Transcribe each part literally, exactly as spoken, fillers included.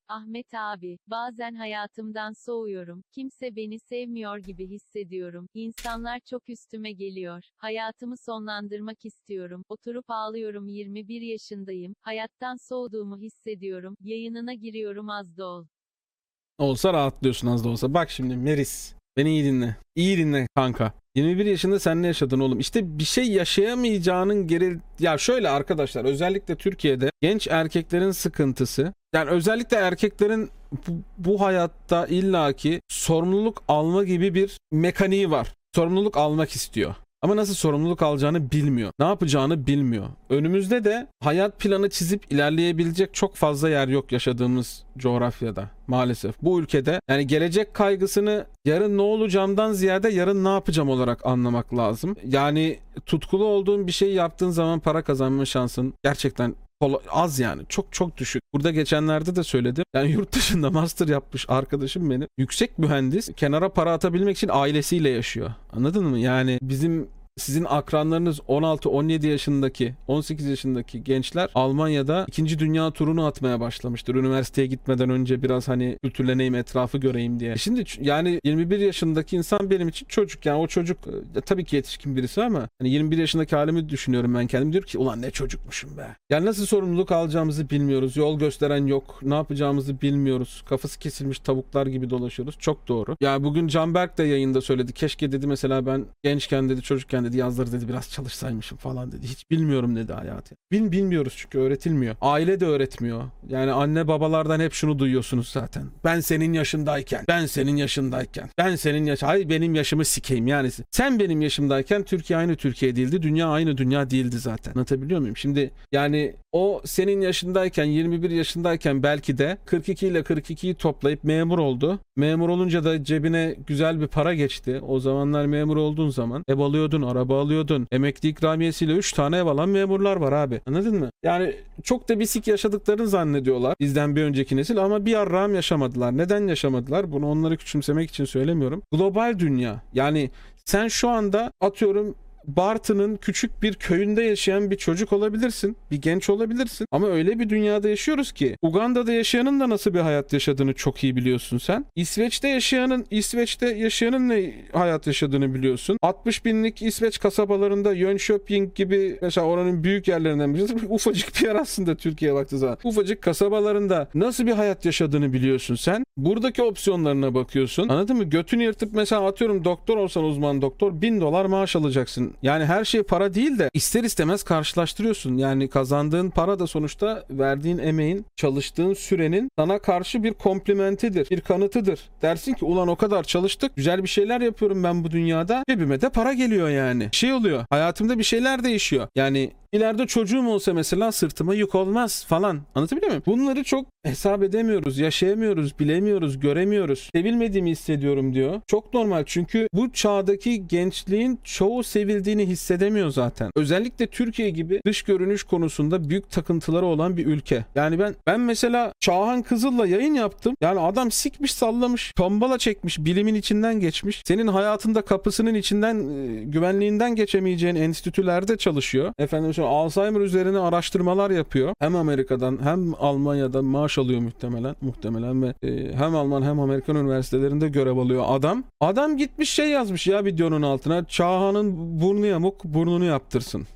Ahmet abi, bazen hayatımdan soğuyorum, kimse beni sevmiyor gibi hissediyorum, İnsanlar çok üstüme geliyor, hayatımı sonlandırmak istiyorum, oturup ağlıyorum yirmi bir yaşındayım, hayattan soğuduğumu hissediyorum, yayınına giriyorum az da ol. Olsa rahatlıyorsun az da olsa. Bak şimdi Meris. Beni iyi dinle. İyi dinle kanka. yirmi bir yaşında sen ne yaşadın oğlum? İşte bir şey yaşayamayacağının geri... Ya şöyle arkadaşlar, özellikle Türkiye'de genç erkeklerin sıkıntısı. Yani özellikle erkeklerin bu, bu hayatta illaki sorumluluk alma gibi bir mekaniği var. Sorumluluk almak istiyor. Ama nasıl sorumluluk alacağını bilmiyor. Ne yapacağını bilmiyor. Önümüzde de hayat planı çizip ilerleyebilecek çok fazla yer yok yaşadığımız coğrafyada maalesef. Bu ülkede yani gelecek kaygısını yarın ne olacağımdan ziyade yarın ne yapacağım olarak anlamak lazım. Yani tutkulu olduğun bir şey yaptığın zaman para kazanma şansın gerçekten az, yani çok çok düşük. Burada geçenlerde de söyledim. Yani yurt dışında master yapmış arkadaşım benim. Yüksek mühendis, kenara para atabilmek için ailesiyle yaşıyor. Anladın mı? Yani bizim sizin akranlarınız on altı on yedi yaşındaki, on sekiz yaşındaki gençler Almanya'da ikinci dünya turunu atmaya başlamıştır. Üniversiteye gitmeden önce biraz hani kültürleneyim, etrafı göreyim diye. Şimdi yani yirmi bir yaşındaki insan benim için çocuk. Yani o çocuk tabii ki yetişkin birisi ama hani yirmi bir yaşındaki halimi düşünüyorum ben kendim. Diyor ki ulan ne çocukmuşum be. Yani nasıl sorumluluk alacağımızı bilmiyoruz. Yol gösteren yok. Ne yapacağımızı bilmiyoruz. Kafası kesilmiş tavuklar gibi dolaşıyoruz. Çok doğru. Ya bugün Canberk de yayında söyledi. Keşke dedi mesela ben gençken dedi, çocukken dedi, yazları dedi biraz çalışsaymışım falan dedi. Hiç bilmiyorum dedi hayatı. Bil, bilmiyoruz çünkü öğretilmiyor. Aile de öğretmiyor. Yani anne babalardan hep şunu duyuyorsunuz zaten. Ben senin yaşındayken, ben senin yaşındayken, ben senin yaş... Ay benim yaşımı sikeyim yani. Sen benim yaşımdayken Türkiye aynı Türkiye değildi. Dünya aynı dünya değildi zaten. Anlatabiliyor muyum? Şimdi yani o senin yaşındayken, yirmi bir yaşındayken belki de kırk iki ile kırk ikiyi toplayıp memur oldu. Memur olunca da cebine güzel bir para geçti. O zamanlar memur olduğun zaman ev alıyordun, araba alıyordun. Emekli ikramiyesiyle üç tane ev alan memurlar var abi. Anladın mı? Yani çok da bisik yaşadıklarını zannediyorlar bizden bir önceki nesil ama bir yarrağım yaşamadılar. Neden yaşamadılar? Bunu onları küçümsemek için söylemiyorum. Global dünya. Yani sen şu anda atıyorum Bartın'ın küçük bir köyünde yaşayan bir çocuk olabilirsin. Bir genç olabilirsin. Ama öyle bir dünyada yaşıyoruz ki Uganda'da yaşayanın da nasıl bir hayat yaşadığını çok iyi biliyorsun sen. İsveç'te yaşayanın İsveç'te yaşayanın ne hayat yaşadığını biliyorsun. altmış binlik İsveç kasabalarında Jönköping gibi mesela oranın büyük yerlerinden birisi. Ufacık bir yer aslında Türkiye'ye baktığı zaman. Ufacık kasabalarında nasıl bir hayat yaşadığını biliyorsun sen. Buradaki opsiyonlarına bakıyorsun. Anladın mı? Götünü yırtıp mesela atıyorum doktor olsan, uzman doktor, bin dolar maaş alacaksın. Yani her şey para değil de ister istemez karşılaştırıyorsun. Yani kazandığın para da sonuçta verdiğin emeğin, çalıştığın sürenin sana karşı bir komplimentidir, bir kanıtıdır. Dersin ki ulan o kadar çalıştık, güzel bir şeyler yapıyorum ben bu dünyada, cebime de para geliyor yani. Şey oluyor, hayatımda bir şeyler değişiyor. Yani ileride çocuğum olsa mesela sırtıma yük olmaz falan. Anlatabiliyor muyum? Bunları çok hesap edemiyoruz, yaşayamıyoruz, bilemiyoruz, göremiyoruz. Sevilmediğimi hissediyorum diyor. Çok normal çünkü bu çağdaki gençliğin çoğu sevildiğini hissedemiyor zaten. Özellikle Türkiye gibi dış görünüş konusunda büyük takıntıları olan bir ülke. Yani ben ben mesela Çağhan Kızıl'la yayın yaptım. Yani adam sikmiş sallamış, tombala çekmiş, bilimin içinden geçmiş. Senin hayatında kapısının içinden, güvenliğinden geçemeyeceğin enstitülerde çalışıyor. Efendim şu Alzheimer üzerine araştırmalar yapıyor. Hem Amerika'dan hem Almanya'dan maaş alıyor muhtemelen. Muhtemelen ve e, hem Alman hem Amerikan üniversitelerinde görev alıyor adam. Adam gitmiş şey yazmış ya videonun altına. Çağhan'ın burnu yamuk, burnunu yaptırsın.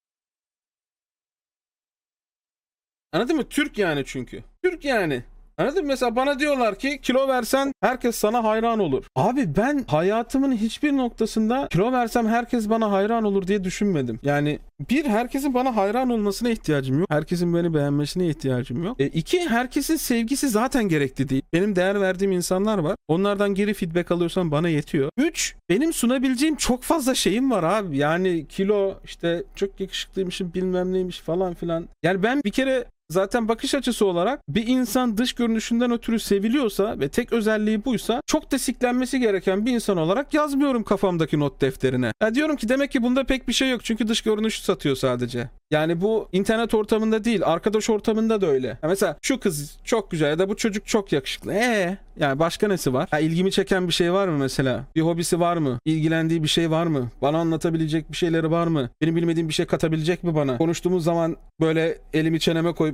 Anladın mı? Türk yani çünkü. Türk yani. Anladın mı? Mesela bana diyorlar ki kilo versen herkes sana hayran olur. Abi ben hayatımın hiçbir noktasında kilo versem herkes bana hayran olur diye düşünmedim. Yani bir, herkesin bana hayran olmasına ihtiyacım yok. Herkesin beni beğenmesine ihtiyacım yok. E, iki, herkesin sevgisi zaten gerekli değil. Benim değer verdiğim insanlar var. Onlardan geri feedback alıyorsam bana yetiyor. Üç, benim sunabileceğim çok fazla şeyim var abi. Yani kilo, işte çok yakışıklıymışım, bilmem neymiş falan filan. Yani ben bir kere zaten bakış açısı olarak bir insan dış görünüşünden ötürü seviliyorsa ve tek özelliği buysa çok da siklenmesi gereken bir insan olarak yazmıyorum kafamdaki not defterine. Ya diyorum ki demek ki bunda pek bir şey yok çünkü dış görünüşü satıyor sadece. Yani bu internet ortamında değil, arkadaş ortamında da öyle. Ya mesela şu kız çok güzel ya da bu çocuk çok yakışıklı. Ee, yani başka nesi var? Ya ilgimi çeken bir şey var mı mesela? Bir hobisi var mı? İlgilendiği bir şey var mı? Bana anlatabilecek bir şeyleri var mı? Benim bilmediğim bir şey katabilecek mi bana? Konuştuğumuz zaman böyle elimi çeneme koyup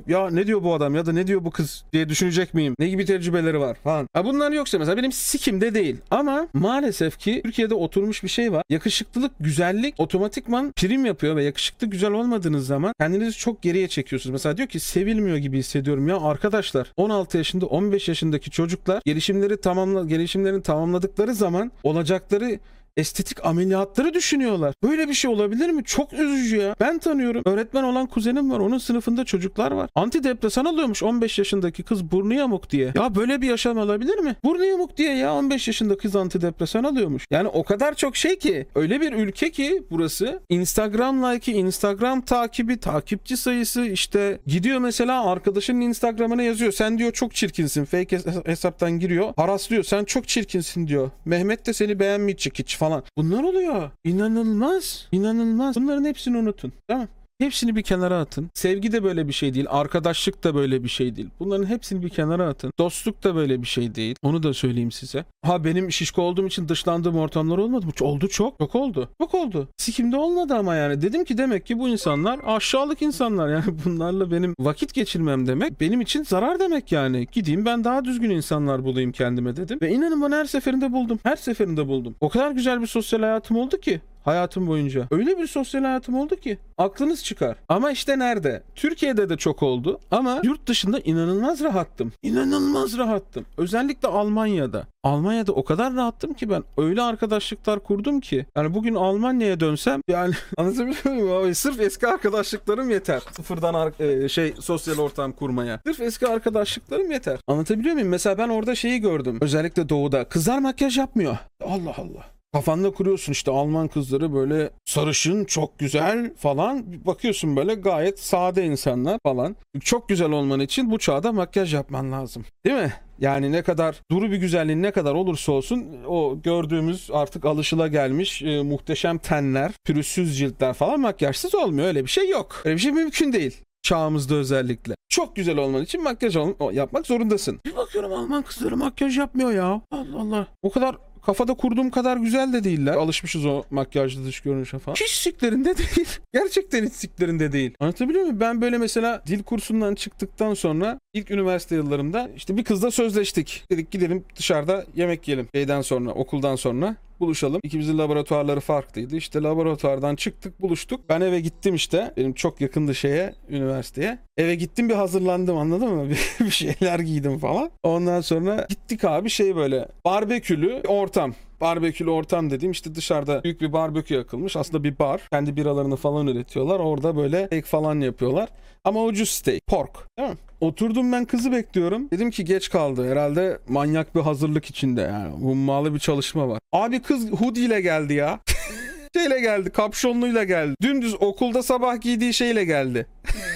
ya ne diyor bu adam ya da ne diyor bu kız diye düşünecek miyim? Ne gibi tecrübeleri var falan. Ha bunlar yoksa mesela benim sikimde değil. Ama maalesef ki Türkiye'de oturmuş bir şey var. Yakışıklılık, güzellik otomatikman prim yapıyor ve yakışıklı güzel olmadığınız zaman kendinizi çok geriye çekiyorsunuz. Mesela diyor ki sevilmiyor gibi hissediyorum. Ya arkadaşlar on altı yaşında on beş yaşındaki çocuklar gelişimleri tamamla gelişimlerini tamamladıkları zaman olacakları estetik ameliyatları düşünüyorlar. Böyle bir şey olabilir mi? Çok üzücü ya. Ben tanıyorum. Öğretmen olan kuzenim var. Onun sınıfında çocuklar var. Antidepresan alıyormuş on beş yaşındaki kız burnu yamuk diye. Ya böyle bir yaşam olabilir mi? Burnu yamuk diye ya on beş yaşında kız antidepresan alıyormuş. Yani o kadar çok şey ki. Öyle bir ülke ki burası. Instagram like'ı, Instagram takibi, takipçi sayısı işte gidiyor mesela arkadaşının Instagram'ına yazıyor. Sen diyor çok çirkinsin. Fake hesaptan giriyor. Haraslıyor. Sen çok çirkinsin diyor. Mehmet de seni beğenmeyecek hiç falan. Bunlar oluyor. İnanılmaz. İnanılmaz. Bunların hepsini unutun. Tamam. Hepsini bir kenara atın. Sevgi de böyle bir şey değil. Arkadaşlık da böyle bir şey değil. Bunların hepsini bir kenara atın. Dostluk da böyle bir şey değil. Onu da söyleyeyim size. Ha benim şişko olduğum için dışlandığım ortamlar olmadı mı? Oldu çok. Çok oldu. Çok oldu. Sikimde olmadı ama yani. Dedim ki demek ki bu insanlar aşağılık insanlar. Yani bunlarla benim vakit geçirmem demek benim için zarar demek yani. Gideyim ben daha düzgün insanlar bulayım kendime dedim. Ve inanın bana her seferinde buldum. Her seferinde buldum. O kadar güzel bir sosyal hayatım oldu ki. Hayatım boyunca. Öyle bir sosyal hayatım oldu ki aklınız çıkar. Ama işte nerede? Türkiye'de de çok oldu ama yurt dışında inanılmaz rahattım. İnanılmaz rahattım. Özellikle Almanya'da. Almanya'da o kadar rahattım ki ben öyle arkadaşlıklar kurdum ki. Yani bugün Almanya'ya dönsem yani anlatabiliyor muyum abi? Sırf eski arkadaşlıklarım yeter. Sıfırdan e, şey sosyal ortam kurmaya. Sırf eski arkadaşlıklarım yeter. Anlatabiliyor muyum? Mesela ben orada şeyi gördüm. Özellikle doğuda. Kızlar makyaj yapmıyor. Allah Allah. Kafanda kuruyorsun işte Alman kızları böyle sarışın, çok güzel falan. Bakıyorsun böyle gayet sade insanlar falan. Çok güzel olman için bu çağda makyaj yapman lazım. Değil mi? Yani ne kadar duru bir güzelliğin ne kadar olursa olsun o gördüğümüz artık alışılagelmiş e, muhteşem tenler, pürüzsüz ciltler falan makyajsız olmuyor. Öyle bir şey yok. Öyle bir şey mümkün değil. Çağımızda özellikle. Çok güzel olman için makyaj yapmak zorundasın. Bir bakıyorum Alman kızları makyaj yapmıyor ya. Allah Allah. O kadar kafada kurduğum kadar güzel de değiller. Alışmışız o makyajlı dış görünüşe falan. Hiç siklerinde değil. Gerçekten hiç siklerinde değil. Anlatabiliyor muyum? Ben böyle mesela dil kursundan çıktıktan sonra ilk üniversite yıllarımda işte bir kızla sözleştik. Dedik gidelim dışarıda yemek yiyelim. Şeyden sonra, okuldan sonra buluşalım. İkimizin laboratuvarları farklıydı. İşte laboratuvardan çıktık, buluştuk. Ben eve gittim işte. Benim çok yakındı şeye, üniversiteye. Eve gittim bir hazırlandım anladın mı? Bir şeyler giydim falan. Ondan sonra gittik abi şey böyle barbekülü ortam. Barbekülü ortam dediğim işte dışarıda büyük bir barbekü yakılmış. Aslında bir bar. Kendi biralarını falan üretiyorlar. Orada böyle steak falan yapıyorlar. Ama ucuz steak. Pork. Değil mi? Oturdum ben kızı bekliyorum. Dedim ki geç kaldı. Herhalde manyak bir hazırlık içinde yani. Hummalı bir çalışma var. Abi kız hoodie ile geldi ya. Şeyle geldi. Kapşonluyla geldi. Dümdüz okulda sabah giydiği şeyle geldi.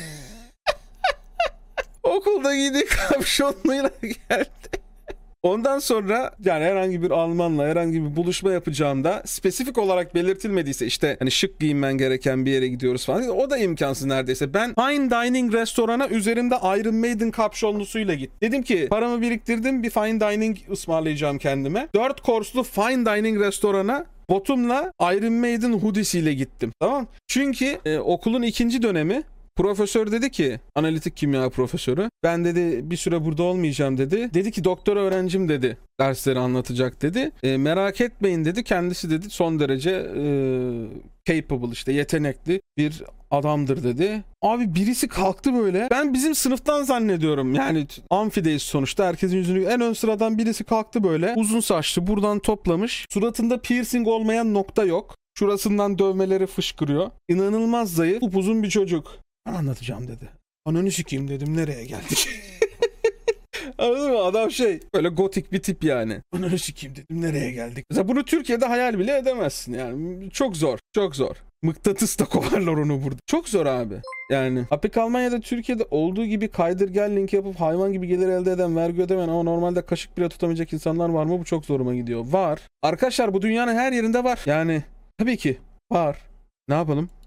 Okulda giydiği kapşonluyla geldi. Ondan sonra yani herhangi bir Almanla herhangi bir buluşma yapacağımda spesifik olarak belirtilmediyse işte hani şık giyinmen gereken bir yere gidiyoruz falan o da imkansız neredeyse. Ben fine dining restorana üzerimde Iron Maiden kapşonlusuyla git. Dedim ki paramı biriktirdim bir fine dining ısmarlayacağım kendime. Dört course'lu fine dining restorana botumla Iron Maiden hoodiesiyle gittim. Tamam. Çünkü e, okulun ikinci dönemi profesör dedi ki, analitik kimya profesörü, ben dedi bir süre burada olmayacağım dedi. Dedi ki doktor öğrencim dedi, dersleri anlatacak dedi. E, merak etmeyin dedi, kendisi dedi son derece e, capable işte yetenekli bir adamdır dedi. Abi birisi kalktı böyle. Ben bizim sınıftan zannediyorum. Yani amfideyiz sonuçta. Herkesin yüzünü en ön sıradan birisi kalktı böyle. Uzun saçlı buradan toplamış. Suratında piercing olmayan nokta yok. Şurasından dövmeleri fışkırıyor. İnanılmaz zayıf. Upuzun bir çocuk. Ben anlatacağım dedi. Ananı sikeyim dedim. Nereye geldik? Anladın mı? Adam şey böyle gotik bir tip yani. Ananı sikeyim dedim. Nereye geldik? Mesela bunu Türkiye'de hayal bile edemezsin yani. Çok zor. Çok zor. Mıknatıs da kovarlar onu burada. Çok zor abi. Yani Apek Almanya'da Türkiye'de olduğu gibi kaydırgel link yapıp hayvan gibi gelir elde eden, vergi ödemeyen ama normalde kaşık bile tutamayacak insanlar var mı? Bu çok zoruma gidiyor. Var. Arkadaşlar bu dünyanın her yerinde var. Yani tabii ki var. Ne yapalım?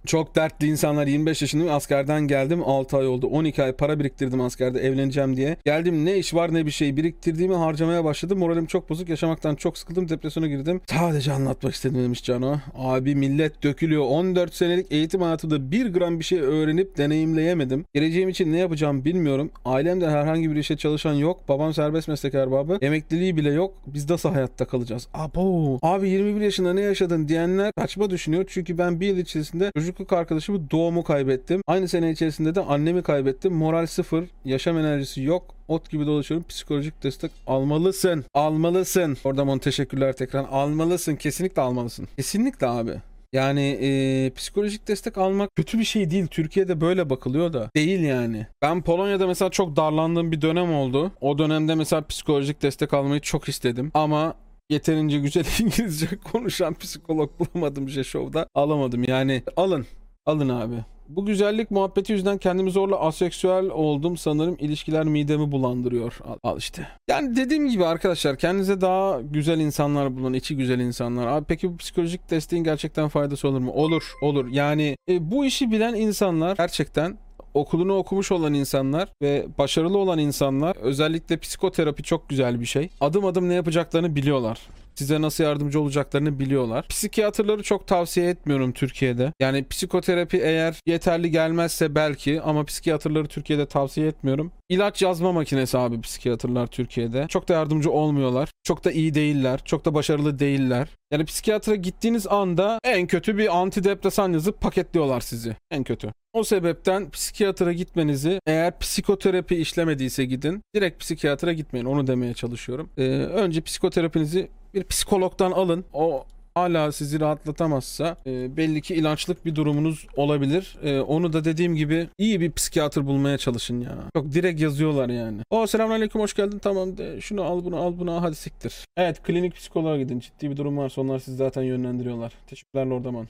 Çok dertli insanlar. yirmi beş yaşındayım, askerden geldim, altı ay oldu. on iki ay para biriktirdim askerde evleneceğim diye. Geldim, ne iş var ne bir şey, biriktirdiğimi harcamaya başladım. Moralim çok bozuk, yaşamaktan çok sıkıldım, depresyona girdim. Sadece anlatmak istedim demiş Cano. Abi millet dökülüyor. on dört senelik eğitim hayatımda bir gram bir şey öğrenip deneyimleyemedim. Geleceğim için ne yapacağımı bilmiyorum. Ailemde herhangi bir işe çalışan yok. Babam serbest meslek erbabı. Emekliliği bile yok. Biz nasıl hayatta kalacağız? Abo. Abi yirmi bir yaşında ne yaşadın diyenler saçma düşünüyor. Çünkü ben bir yıl içerisinde çocukluk arkadaşımı, doğumu kaybettim. Aynı sene içerisinde de annemi kaybettim. Moral sıfır. Yaşam enerjisi yok. Ot gibi dolaşıyorum. Psikolojik destek almalısın. Almalısın. Oradan ona teşekkürler tekrar. Almalısın. Kesinlikle almalısın. Kesinlikle abi. Yani e, psikolojik destek almak kötü bir şey değil. Türkiye'de böyle bakılıyor da. Değil yani. Ben Polonya'da mesela çok darlandığım bir dönem oldu. O dönemde mesela psikolojik destek almayı çok istedim. Ama yeterince güzel İngilizce konuşan psikolog bulamadım J-Show'da. Alamadım yani. Alın. Alın abi. Bu güzellik muhabbeti yüzünden kendimi zorla aseksüel oldum sanırım. İlişkiler midemi bulandırıyor. Al, al işte. Yani dediğim gibi arkadaşlar, kendinize daha güzel insanlar bulun. İçi güzel insanlar. Abi peki bu psikolojik desteğin gerçekten faydası olur mu? Olur. Olur. Yani e, bu işi bilen insanlar, gerçekten okulunu okumuş olan insanlar ve başarılı olan insanlar, özellikle psikoterapi çok güzel bir şey. Adım adım ne yapacaklarını biliyorlar. Size nasıl yardımcı olacaklarını biliyorlar. Psikiyatrları çok tavsiye etmiyorum Türkiye'de. Yani psikoterapi eğer yeterli gelmezse belki, ama psikiyatrları Türkiye'de tavsiye etmiyorum. İlaç yazma makinesi abi psikiyatrlar Türkiye'de. Çok da yardımcı olmuyorlar. Çok da iyi değiller. Çok da başarılı değiller. Yani psikiyatra gittiğiniz anda en kötü bir antidepresan yazıp paketliyorlar sizi. En kötü. O sebepten psikiyatra gitmenizi, eğer psikoterapi işlemediyse gidin. Direkt psikiyatra gitmeyin. Onu demeye çalışıyorum. Ee, önce psikoterapinizi bir psikologdan alın. O hala sizi rahatlatamazsa e, belli ki ilaçlık bir durumunuz olabilir. E, onu da dediğim gibi iyi bir psikiyatr bulmaya çalışın ya. Çok direkt yazıyorlar yani. O selamünaleyküm, hoş geldin, tamam de şunu al bunu al bunu hadi siktir. Evet, klinik psikoloğa gidin. Ciddi bir durum varsa onlar sizi zaten yönlendiriyorlar. Teşekkürler Lordaman.